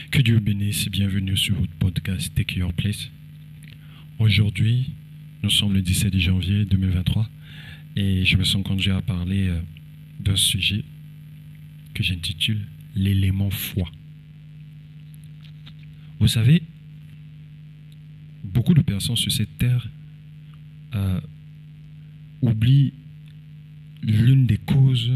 Que Dieu bénisse et bienvenue sur votre podcast Take Your Place. Aujourd'hui, nous sommes le 17 janvier 2023 et je me sens conduit à parler d'un sujet que j'intitule l'élément foi. Vous savez, beaucoup de personnes sur cette terre oublient l'une des causes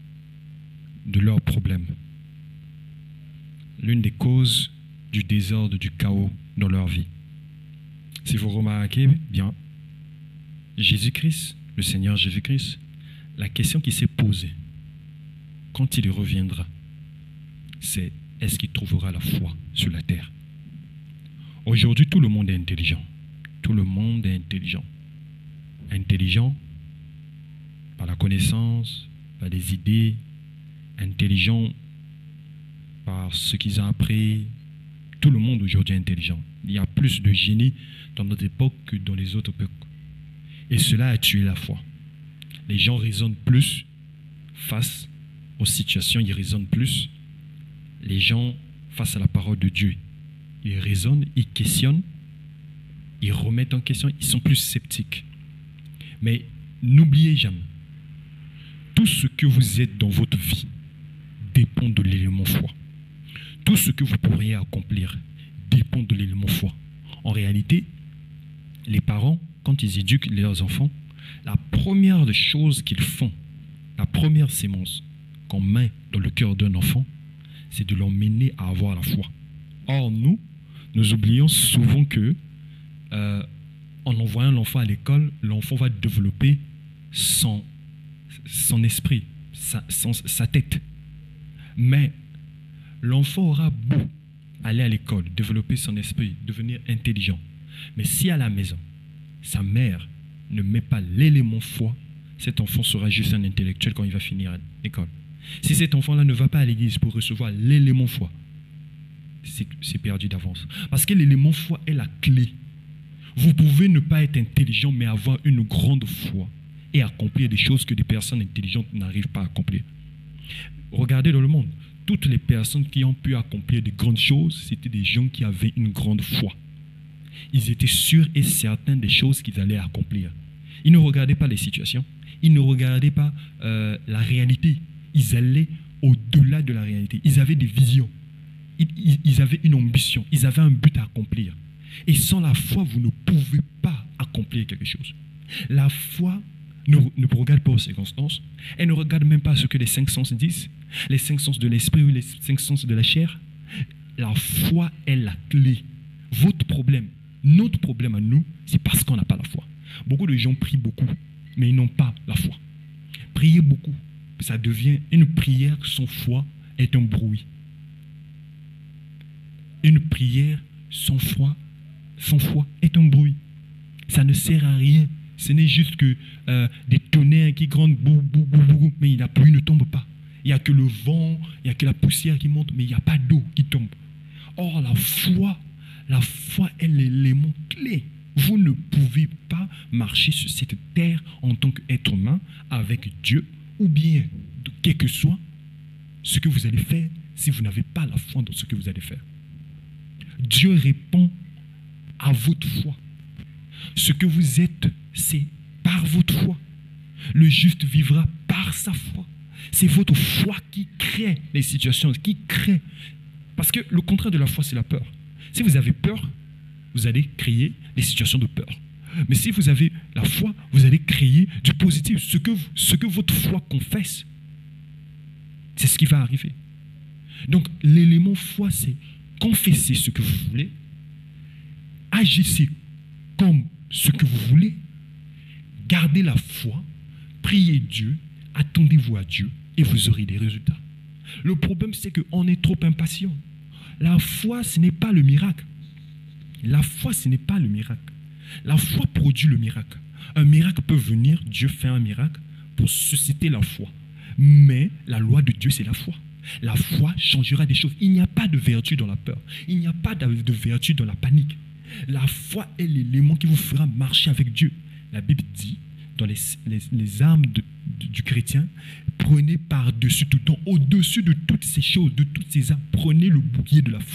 de leurs problèmes. L'une des causes du désordre, du chaos dans leur vie. Si vous remarquez bien, Jésus-Christ, le Seigneur Jésus-Christ, la question qui s'est posée quand il reviendra, c'est est-ce qu'il trouvera la foi sur la terre? Aujourd'hui, tout le monde est intelligent. Tout le monde est intelligent. Intelligent par la connaissance, par les idées, intelligent par ce qu'ils ont appris. Tout le monde aujourd'hui est intelligent. Il y a plus de génie dans notre époque que dans les autres époques. Et cela a tué la foi. Les gens raisonnent plus face aux situations, ils raisonnent plus. Les gens, face à la parole de Dieu, ils raisonnent, ils questionnent, ils remettent en question, ils sont plus sceptiques. Mais n'oubliez jamais, tout ce que vous êtes dans votre vie dépend de l'élément foi. Tout ce que vous pourriez accomplir dépend de l'élément foi. En réalité, les parents, quand ils éduquent leurs enfants, la première des choses qu'ils font, la première sémence qu'on met dans le cœur d'un enfant, c'est de l'emmener à avoir la foi. Or, nous oublions souvent que, en envoyant l'enfant à l'école, l'enfant va développer son esprit, sa tête. Mais l'enfant aura beau aller à l'école, développer son esprit, devenir intelligent. Mais si à la maison, sa mère ne met pas l'élément foi, cet enfant sera juste un intellectuel quand il va finir à l'école. Si cet enfant-là ne va pas à l'église pour recevoir l'élément foi, c'est perdu d'avance. Parce que l'élément foi est la clé. Vous pouvez ne pas être intelligent, mais avoir une grande foi et accomplir des choses que des personnes intelligentes n'arrivent pas à accomplir. Regardez dans le monde. Toutes les personnes qui ont pu accomplir de grandes choses, c'était des gens qui avaient une grande foi. Ils étaient sûrs et certains des choses qu'ils allaient accomplir. Ils ne regardaient pas les situations, ils ne regardaient pas la réalité. Ils allaient au-delà de la réalité. Ils avaient des visions, ils avaient une ambition, ils avaient un but à accomplir. Et sans la foi, vous ne pouvez pas accomplir quelque chose. La foi ne regarde pas aux circonstances. Elle ne regarde même pas ce que les cinq sens disent, les cinq sens de l'esprit ou les cinq sens de la chair. La foi est la clé. Votre problème, notre problème à nous, c'est parce qu'on n'a pas la foi. Beaucoup de gens prient beaucoup, mais ils n'ont pas la foi. Prier beaucoup, ça devient une prière sans foi est un bruit. Une prière sans foi est un bruit. Ça ne sert à rien. Ce n'est juste que des tonnerres qui grondent, bou, bou, bou, bou, mais la pluie ne tombe pas. Il n'y a que le vent, il n'y a que la poussière qui monte, mais il n'y a pas d'eau qui tombe. Or, la foi est l'élément clé. Vous ne pouvez pas marcher sur cette terre en tant qu'être humain avec Dieu, ou bien, quel que soit ce que vous allez faire, si vous n'avez pas la foi dans ce que vous allez faire. Dieu répond à votre foi. Ce que vous êtes, c'est par votre foi. Le juste vivra par sa foi. C'est votre foi qui crée les situations, qui crée. Parce que le contraire de la foi, c'est la peur. Si vous avez peur, vous allez créer les situations de peur. Mais si vous avez la foi, vous allez créer du positif. Ce que votre foi confesse, c'est ce qui va arriver. Donc, l'élément foi, c'est confesser ce que vous voulez, agissez comme ce que vous voulez, gardez la foi, priez Dieu, attendez-vous à Dieu et vous aurez des résultats. Le problème, c'est qu'on est trop impatient. La foi, ce n'est pas le miracle. La foi, ce n'est pas le miracle. La foi produit le miracle. Un miracle peut venir, Dieu fait un miracle pour susciter la foi. Mais la loi de Dieu, c'est la foi. La foi changera des choses. Il n'y a pas de vertu dans la peur. Il n'y a pas de vertu dans la panique. La foi est l'élément qui vous fera marcher avec Dieu. La Bible dit, dans les armes du chrétien, prenez par-dessus tout temps, au-dessus de toutes ces choses, de toutes ces armes, prenez le bouclier de la foi.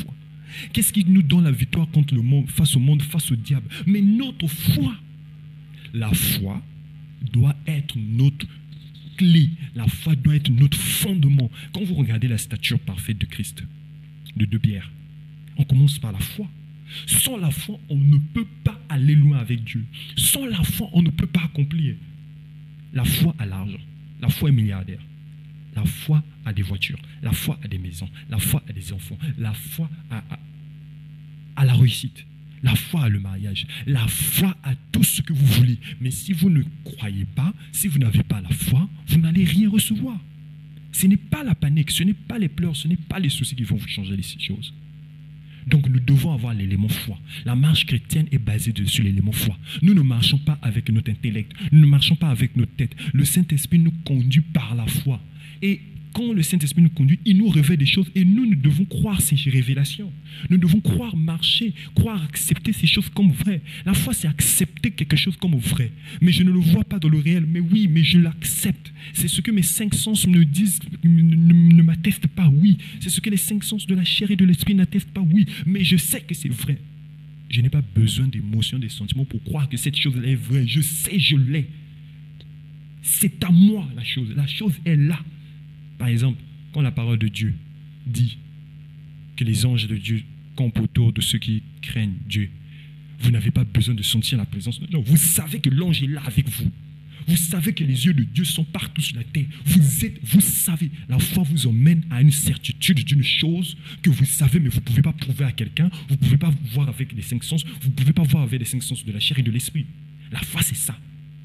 Qu'est-ce qui nous donne la victoire contre le monde, face au diable? Mais notre foi. La foi doit être notre clé. La foi doit être notre fondement. Quand vous regardez la stature parfaite de Christ, de 2 Pierre, on commence par la foi. Sans la foi, on ne peut pas aller loin avec Dieu. Sans la foi, on ne peut pas accomplir. La foi a l'argent. La foi est milliardaire. La foi a des voitures. La foi a des maisons. La foi a des enfants. La foi a la réussite. La foi a le mariage. La foi a tout ce que vous voulez. Mais si vous ne croyez pas, si vous n'avez pas la foi, vous n'allez rien recevoir. Ce n'est pas la panique, ce n'est pas les pleurs, ce n'est pas les soucis qui vont vous changer les choses. Donc nous devons avoir l'élément foi. La marche chrétienne est basée sur l'élément foi. Nous ne marchons pas avec notre intellect, nous ne marchons pas avec notre tête. Le Saint-Esprit nous conduit par la foi. Et quand le Saint-Esprit nous conduit, il nous révèle des choses et nous devons croire ces révélations. Nous devons croire marcher, croire accepter ces choses comme vraies. La foi, c'est accepter quelque chose comme vrai. Mais je ne le vois pas dans le réel. Mais oui, mais je l'accepte. C'est ce que mes 5 sens me disent, ne m'attestent pas, oui. C'est ce que les 5 sens de la chair et de l'esprit n'attestent pas, oui. Mais je sais que c'est vrai. Je n'ai pas besoin d'émotions, des sentiments pour croire que cette chose-là est vraie. Je sais, je l'ai. C'est à moi la chose. La chose est là. Par exemple, quand la parole de Dieu dit que les anges de Dieu campent autour de ceux qui craignent Dieu, vous n'avez pas besoin de sentir la présence de Dieu. Vous savez que l'ange est là avec vous. Vous savez que les yeux de Dieu sont partout sur la terre. Vous savez, la foi vous emmène à une certitude d'une chose que vous savez, mais vous ne pouvez pas prouver à quelqu'un. Vous ne pouvez pas voir avec les 5 sens. Vous ne pouvez pas voir avec les 5 sens de la chair et de l'esprit. La foi, c'est ça.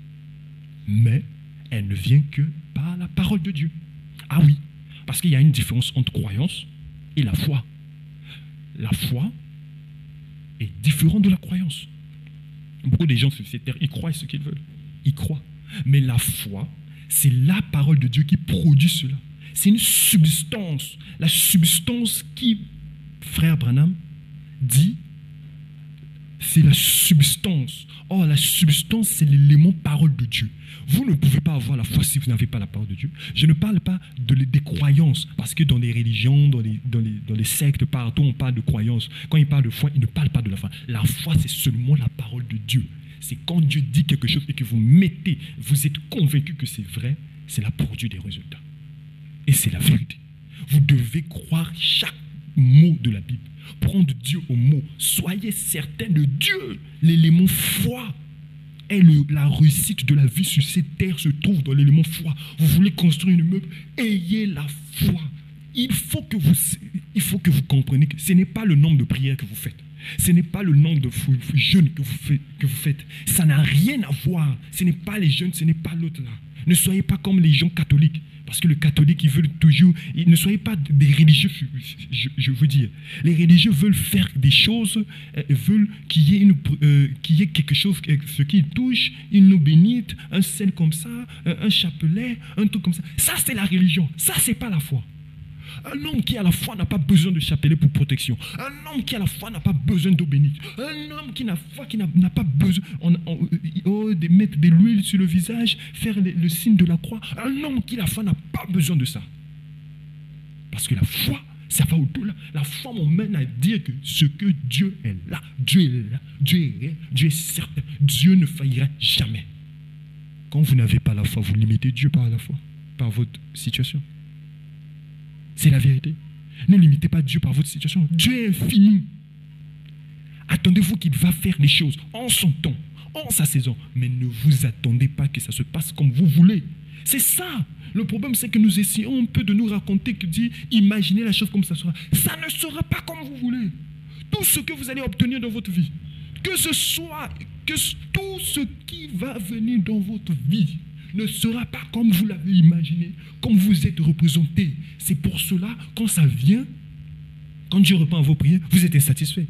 Mais elle ne vient que par la parole de Dieu. Ah oui, parce qu'il y a une différence entre croyance et la foi. La foi est différente de la croyance. Beaucoup de gens sur cette terre, ils croient ce qu'ils veulent. Ils croient. Mais la foi, c'est la parole de Dieu qui produit cela. C'est une substance. La substance qui, frère Branham, dit, c'est la substance. Or, la substance, c'est l'élément parole de Dieu. Vous ne pouvez pas avoir la foi si vous n'avez pas la parole de Dieu. Je ne parle pas des croyances, parce que dans les religions, dans les sectes, partout, on parle de croyances. Quand il parle de foi, il ne parle pas de la foi. La foi, c'est seulement la parole de Dieu. C'est quand Dieu dit quelque chose et que vous mettez, vous êtes convaincu que c'est vrai, c'est là produit des résultats. Et c'est la vérité. Vous devez croire chaque mot de la Bible. Prendre Dieu au mot. Soyez certain de Dieu. L'élément foi est la réussite de la vie sur cette terre se trouve dans l'élément foi. Vous voulez construire une immeuble, ayez la foi. Il faut que vous compreniez que ce n'est pas le nombre de prières que vous faites. Ce n'est pas le nombre de jeûnes que vous faites. Ça n'a rien à voir. Ce n'est pas les jeûnes, ce n'est pas l'autre là. Ne soyez pas comme les gens catholiques. Parce que les catholiques, ils veulent toujours... Ne soyez pas des religieux, je veux dire. Les religieux veulent faire des choses, veulent qu'il y ait quelque chose, ce qu'ils touchent, une eau bénite, un sel comme ça, un chapelet, un truc comme ça. Ça, c'est la religion. Ça, c'est pas la foi. Un homme qui a la foi n'a pas besoin de chapelet pour protection. Un homme qui a la foi n'a pas besoin d'eau bénite. Un homme qui a la foi n'a pas besoin de mettre de l'huile sur le visage, faire le signe de la croix. Un homme qui a la foi n'a pas besoin de ça. Parce que la foi, ça va au-delà. La foi m'emmène à dire que ce que Dieu est là, Dieu est là, Dieu est réel, Dieu est certain, Dieu ne faillira jamais. Quand vous n'avez pas la foi, vous limitez Dieu par la foi, par votre situation. C'est la vérité. Ne limitez pas Dieu par votre situation. Dieu est infini. Attendez-vous qu'il va faire les choses en son temps, en sa saison. Mais ne vous attendez pas que ça se passe comme vous voulez. C'est ça. Le problème, c'est que nous essayons un peu de nous raconter, que dire, imaginez la chose comme ça sera. Ça ne sera pas comme vous voulez. Tout ce que vous allez obtenir dans votre vie, que tout ce qui va venir dans votre vie, ne sera pas comme vous l'avez imaginé, comme vous êtes représenté. C'est pour cela, quand ça vient, quand Dieu répond à vos prières, vous êtes insatisfait.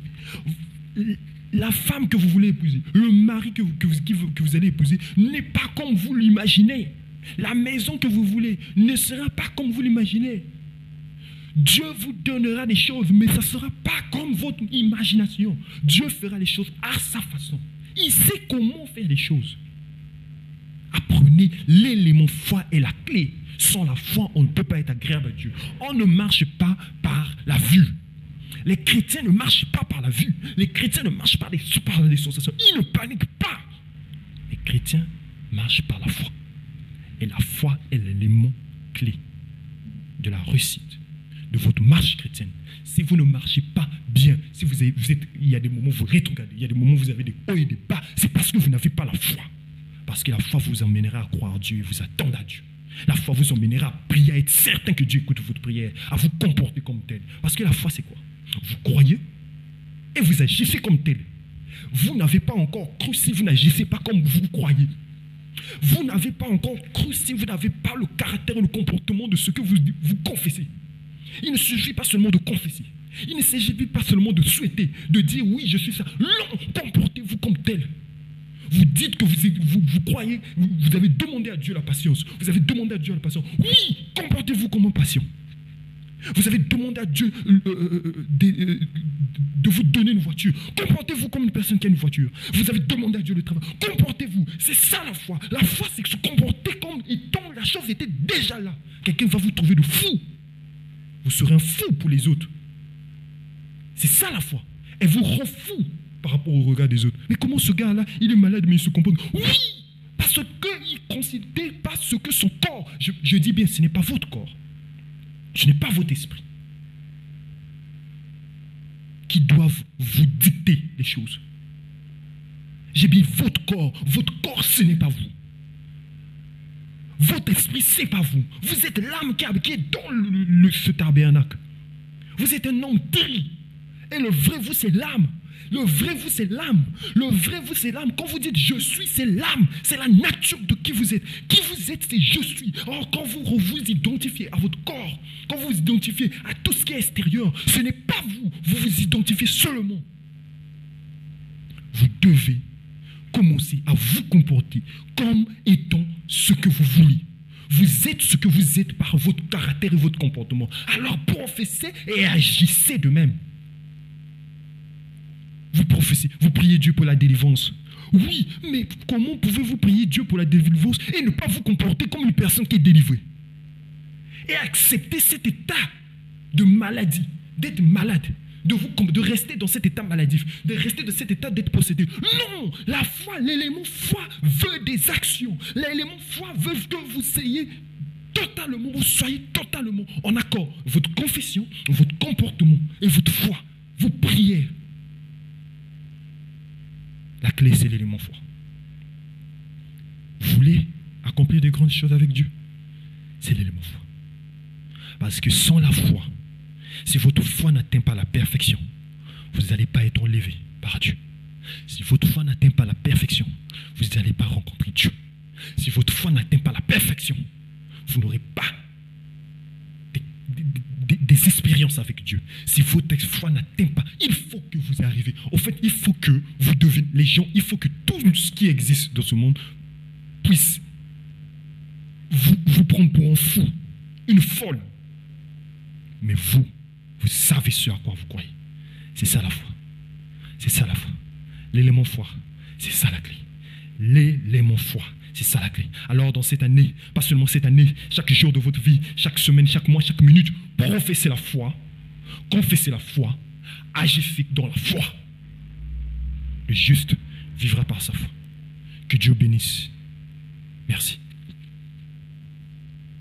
La femme que vous voulez épouser, le mari que vous allez épouser, n'est pas comme vous l'imaginez. La maison que vous voulez ne sera pas comme vous l'imaginez. Dieu vous donnera des choses, mais ça ne sera pas comme votre imagination. Dieu fera les choses à sa façon. Il sait comment faire les choses. Apprenez, l'élément foi est la clé. Sans la foi, on ne peut pas être agréable à Dieu. On ne marche pas par la vue. Les chrétiens ne marchent pas par la vue. Les chrétiens ne marchent pas par les sensations. Ils ne paniquent pas. Les chrétiens marchent par la foi. Et la foi est l'élément clé de la réussite de votre marche chrétienne. Si vous ne marchez pas bien, si vous êtes, il y a des moments où vous rétrogradez, il y a des moments où vous avez des hauts et des bas, c'est parce que vous n'avez pas la foi. Parce que la foi vous emmènera à croire en Dieu et vous attendre à Dieu. La foi vous emmènera à prier, à être certain que Dieu écoute votre prière, à vous comporter comme tel. Parce que la foi, c'est quoi? Vous croyez et vous agissez comme tel. Vous n'avez pas encore cru si vous n'agissez pas comme vous croyez. Vous n'avez pas encore cru si vous n'avez pas le caractère et le comportement de ce que vous confessez. Il ne suffit pas seulement de confesser. Il ne s'agit pas seulement de souhaiter, de dire oui, je suis ça. Non, comportez-vous comme tel. Vous dites que vous croyez, vous avez demandé à Dieu la patience. Vous avez demandé à Dieu la patience. Oui, comportez-vous comme un patient. Vous avez demandé à Dieu de vous donner une voiture. Comportez-vous comme une personne qui a une voiture. Vous avez demandé à Dieu le travail. Comportez-vous. C'est ça la foi. La foi, c'est que se comporter comme étant la chose était déjà là. Quelqu'un va vous trouver de fou. Vous serez un fou pour les autres. C'est ça la foi. Elle vous rend fou par rapport au regard des autres. Mais comment ce gars-là, il est malade mais il se comporte? Oui, parce qu'il ne considère pas ce que son corps. Je dis bien, ce n'est pas votre corps. Ce n'est pas votre esprit qui doivent vous dicter les choses. J'ai dit votre corps. Votre corps, ce n'est pas vous. Votre esprit, ce n'est pas vous. Vous êtes l'âme qui est dans ce tabernacle. Vous êtes un homme terrible. Et le vrai vous, c'est l'âme. Le vrai vous, c'est l'âme. Le vrai vous, c'est l'âme. Quand vous dites je suis, c'est l'âme. C'est la nature de qui vous êtes. Qui vous êtes, c'est je suis. Or, quand vous vous identifiez à votre corps, quand vous vous identifiez à tout ce qui est extérieur, ce n'est pas vous. Vous vous identifiez seulement. Vous devez commencer à vous comporter comme étant ce que vous voulez. Vous êtes ce que vous êtes par votre caractère et votre comportement. Alors professez et agissez de même. Vous professez, vous priez Dieu pour la délivrance. Oui, mais comment pouvez-vous prier Dieu pour la délivrance et ne pas vous comporter comme une personne qui est délivrée? Et accepter cet état de maladie, d'être malade, de rester dans cet état maladif, de rester dans cet état d'être possédé. Non, la foi, l'élément foi veut des actions. L'élément foi veut que vous soyez totalement en accord. Votre confession, votre comportement et votre foi, vos prières. La clé, c'est l'élément foi. Vous voulez accomplir de grandes choses avec Dieu? C'est l'élément foi. Parce que sans la foi, si votre foi n'atteint pas la perfection, vous n'allez pas être enlevé par Dieu. Si votre foi n'atteint pas la perfection, vous n'allez pas rencontrer Dieu. Si votre foi n'atteint pas la perfection, vous n'aurez pas des expériences avec Dieu. Si votre foi n'atteint pas, il faut que vous arrivez. En fait, il faut que vous deveniez les gens, il faut que tout ce qui existe dans ce monde puisse vous prendre pour un fou, une folle. Mais vous savez ce à quoi vous croyez. C'est ça la foi. C'est ça la foi. L'élément foi, c'est ça la clé. L'élément foi, c'est ça la clé. Alors dans cette année, pas seulement cette année, chaque jour de votre vie, chaque semaine, chaque mois, chaque minute, professez la foi, confessez la foi, agissez dans la foi. Le juste vivra par sa foi. Que Dieu bénisse. Merci.